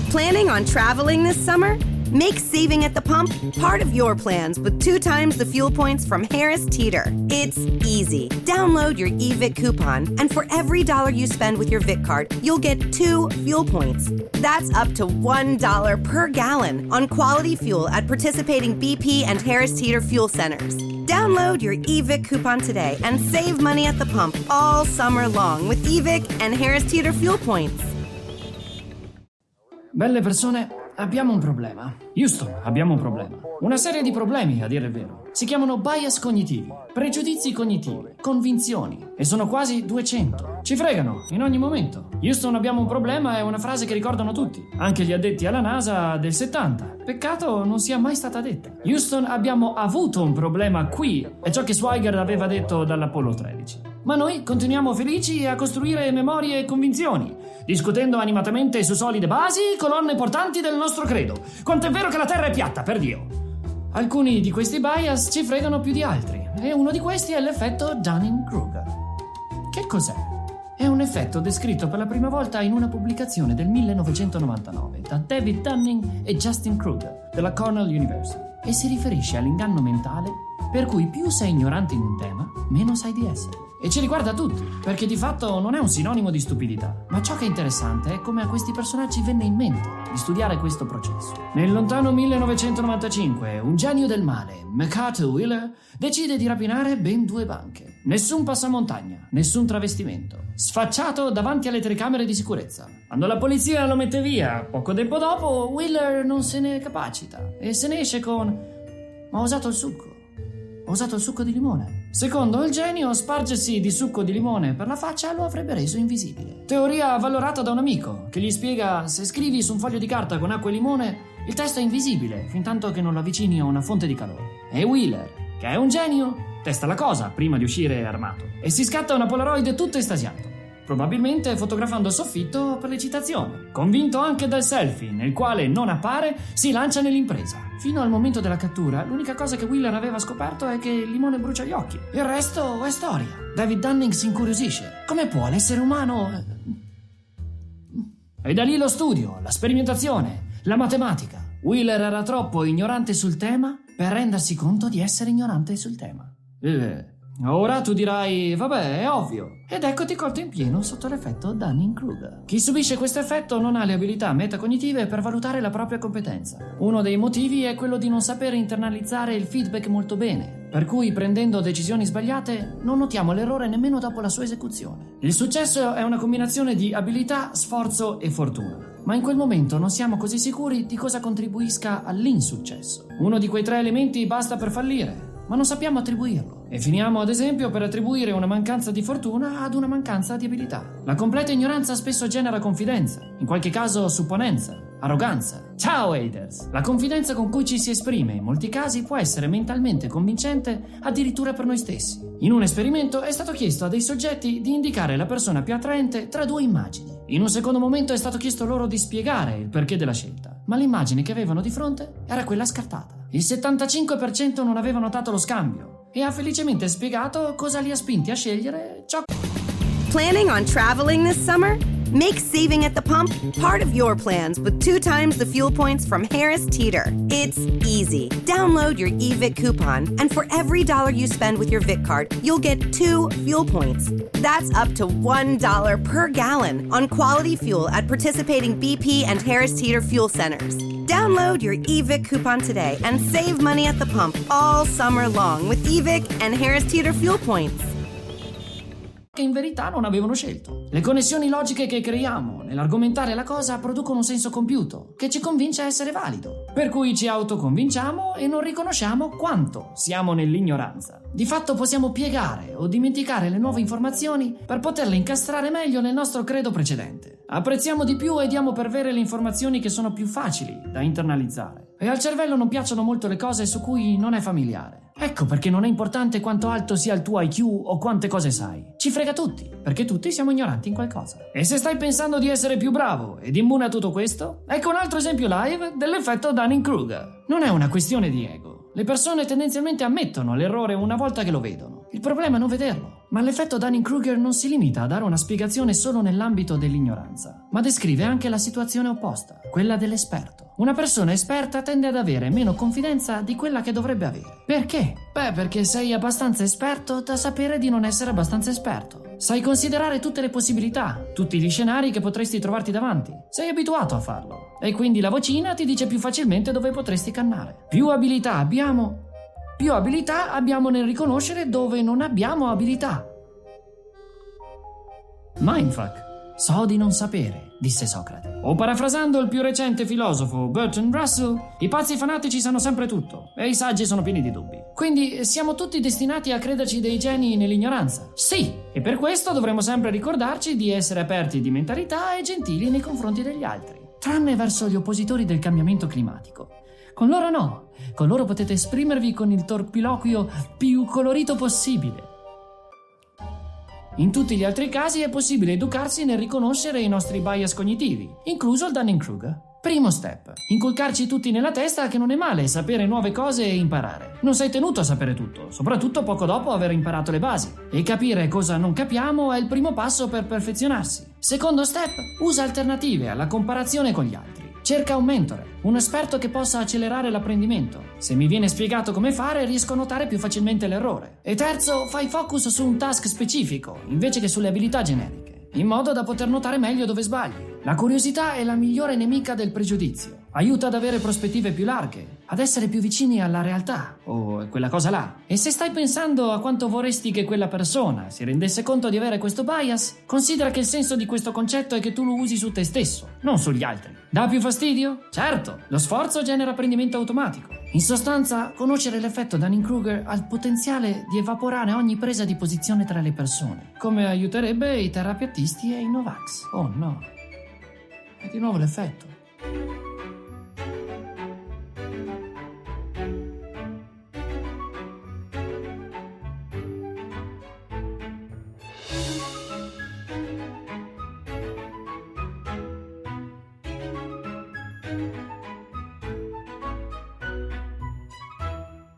Planning on traveling this summer? Make saving at the pump part of your plans with 2 times the fuel points from Harris Teeter. It's easy. Download your eVic coupon, and for every $1 you spend with your Vic card, you'll get 2 fuel points. That's up to $1 per gallon on quality fuel at participating BP and Harris Teeter fuel centers. Download your eVic coupon today and save money at the pump all summer long with eVic and Harris Teeter fuel points. Belle persone, abbiamo un problema. Houston, abbiamo un problema. Una serie di problemi, a dire il vero. Si chiamano bias cognitivi, pregiudizi cognitivi, convinzioni. E sono quasi 200. Ci fregano, in ogni momento. Houston, abbiamo un problema è una frase che ricordano tutti. Anche gli addetti alla NASA del 70. Peccato non sia mai stata detta. Houston, abbiamo avuto un problema qui. È ciò che Swigert aveva detto dall'Apollo 13. Ma noi continuiamo felici a costruire memorie e convinzioni, discutendo animatamente su solide basi, colonne portanti del nostro credo. Quanto è vero che la Terra è piatta, per Dio! Alcuni di questi bias ci fregano più di altri, e uno di questi è l'effetto Dunning-Kruger. Che cos'è? È un effetto descritto per la prima volta in una pubblicazione del 1999 da David Dunning e Justin Kruger della Cornell University e si riferisce all'inganno mentale per cui più sei ignorante in un tema, meno sai di essere. E ci riguarda tutti, perché di fatto non è un sinonimo di stupidità. Ma ciò che è interessante è come a questi personaggi venne in mente di studiare questo processo. Nel lontano 1995, un genio del male, MacArthur Wheeler, decide di rapinare ben 2 banche. Nessun passamontagna, nessun travestimento. Sfacciato davanti alle telecamere di sicurezza. Quando la polizia lo mette via, poco tempo dopo, Wheeler non se ne capacita e se ne esce con: "Ma ho usato il succo. Ho usato il succo di limone." Secondo il genio, spargersi di succo di limone per la faccia lo avrebbe reso invisibile. Teoria avvalorata da un amico, che gli spiega: se scrivi su un foglio di carta con acqua e limone, il testo è invisibile fintanto che non lo avvicini a una fonte di calore. E Wheeler, che è un genio, testa la cosa prima di uscire armato. E si scatta una Polaroid tutto estasiato, probabilmente fotografando il soffitto per l'eccitazione. Convinto anche dal selfie, nel quale non appare, si lancia nell'impresa. Fino al momento della cattura, l'unica cosa che Wheeler aveva scoperto è che il limone brucia gli occhi. Il resto è storia. David Dunning si incuriosisce. Come può l'essere umano... E da lì lo studio, la sperimentazione, la matematica. Wheeler era troppo ignorante sul tema per rendersi conto di essere ignorante sul tema. Ora tu dirai: vabbè, è ovvio. Ed eccoti colto in pieno sotto l'effetto Dunning-Kruger. Chi subisce questo effetto non ha le abilità metacognitive per valutare la propria competenza. Uno dei motivi è quello di non sapere internalizzare il feedback molto bene, per cui prendendo decisioni sbagliate non notiamo l'errore nemmeno dopo la sua esecuzione. Il successo è una combinazione di abilità, sforzo e fortuna. Ma in quel momento non siamo così sicuri di cosa contribuisca all'insuccesso. Uno di quei 3 elementi basta per fallire, ma non sappiamo attribuirlo. E finiamo ad esempio per attribuire una mancanza di fortuna ad una mancanza di abilità. La completa ignoranza spesso genera confidenza, in qualche caso supponenza, arroganza. Ciao haters! La confidenza con cui ci si esprime in molti casi può essere mentalmente convincente addirittura per noi stessi. In un esperimento è stato chiesto a dei soggetti di indicare la persona più attraente tra 2 immagini. In un secondo momento è stato chiesto loro di spiegare il perché della scelta, ma l'immagine che avevano di fronte era quella scartata. Il 75% non aveva notato lo scambio e ha felicemente spiegato cosa li ha spinti a scegliere ciò. Planning on traveling this summer? Make saving at the pump part of your plans with 2 times the fuel points from Harris Teeter. It's easy. Download your eVic coupon, and for every $1 you spend with your Vic card, you'll get 2 fuel points. That's up to $1 per gallon on quality fuel at participating BP and Harris Teeter fuel centers. Download your eVic coupon today and save money at the pump all summer long with eVic and Harris Teeter fuel points. Che in verità non avevano scelto. Le connessioni logiche che creiamo nell'argomentare la cosa producono un senso compiuto che ci convince a essere valido, per cui ci autoconvinciamo e non riconosciamo quanto siamo nell'ignoranza. Di fatto possiamo piegare o dimenticare le nuove informazioni per poterle incastrare meglio nel nostro credo precedente. Apprezziamo di più e diamo per vere le informazioni che sono più facili da internalizzare. E al cervello non piacciono molto le cose su cui non è familiare. Ecco perché non è importante quanto alto sia il tuo IQ o quante cose sai. Ci frega tutti, perché tutti siamo ignoranti in qualcosa. E se stai pensando di essere più bravo ed immune a tutto questo, ecco un altro esempio live dell'effetto Dunning-Kruger. Non è una questione di ego. Le persone tendenzialmente ammettono l'errore una volta che lo vedono. Il problema è non vederlo. Ma l'effetto Dunning-Kruger non si limita a dare una spiegazione solo nell'ambito dell'ignoranza, ma descrive anche la situazione opposta, quella dell'esperto. Una persona esperta tende ad avere meno confidenza di quella che dovrebbe avere. Perché? Beh, perché sei abbastanza esperto da sapere di non essere abbastanza esperto. Sai considerare tutte le possibilità, tutti gli scenari che potresti trovarti davanti. Sei abituato a farlo. E quindi la vocina ti dice più facilmente dove potresti cannare. Più abilità abbiamo nel riconoscere dove non abbiamo abilità. Mindfuck. So di non sapere, disse Socrate. O parafrasando il più recente filosofo Bertrand Russell, i pazzi fanatici sanno sempre tutto e i saggi sono pieni di dubbi. Quindi siamo tutti destinati a crederci dei geni nell'ignoranza. Sì, e per questo dovremo sempre ricordarci di essere aperti di mentalità e gentili nei confronti degli altri. Tranne verso gli oppositori del cambiamento climatico. Con loro no, con loro potete esprimervi con il torpiloquio più colorito possibile. In tutti gli altri casi è possibile educarsi nel riconoscere i nostri bias cognitivi, incluso il Dunning-Kruger. Primo step: inculcarci tutti nella testa che non è male sapere nuove cose e imparare. Non sei tenuto a sapere tutto, soprattutto poco dopo aver imparato le basi. E capire cosa non capiamo è il primo passo per perfezionarsi. Secondo step: usa alternative alla comparazione con gli altri. Cerca un mentore, un esperto che possa accelerare l'apprendimento. Se mi viene spiegato come fare, riesco a notare più facilmente l'errore. E terzo, fai focus su un task specifico, invece che sulle abilità generiche, in modo da poter notare meglio dove sbagli. La curiosità è la migliore nemica del pregiudizio. Aiuta ad avere prospettive più larghe, ad essere più vicini alla realtà, o quella cosa là. E se stai pensando a quanto vorresti che quella persona si rendesse conto di avere questo bias, considera che il senso di questo concetto è che tu lo usi su te stesso, non sugli altri. Dà più fastidio? Certo, lo sforzo genera apprendimento automatico. In sostanza, conoscere l'effetto Dunning-Kruger ha il potenziale di evaporare ogni presa di posizione tra le persone, come aiuterebbe i terapeutisti e i Novax. Oh no, è di nuovo l'effetto.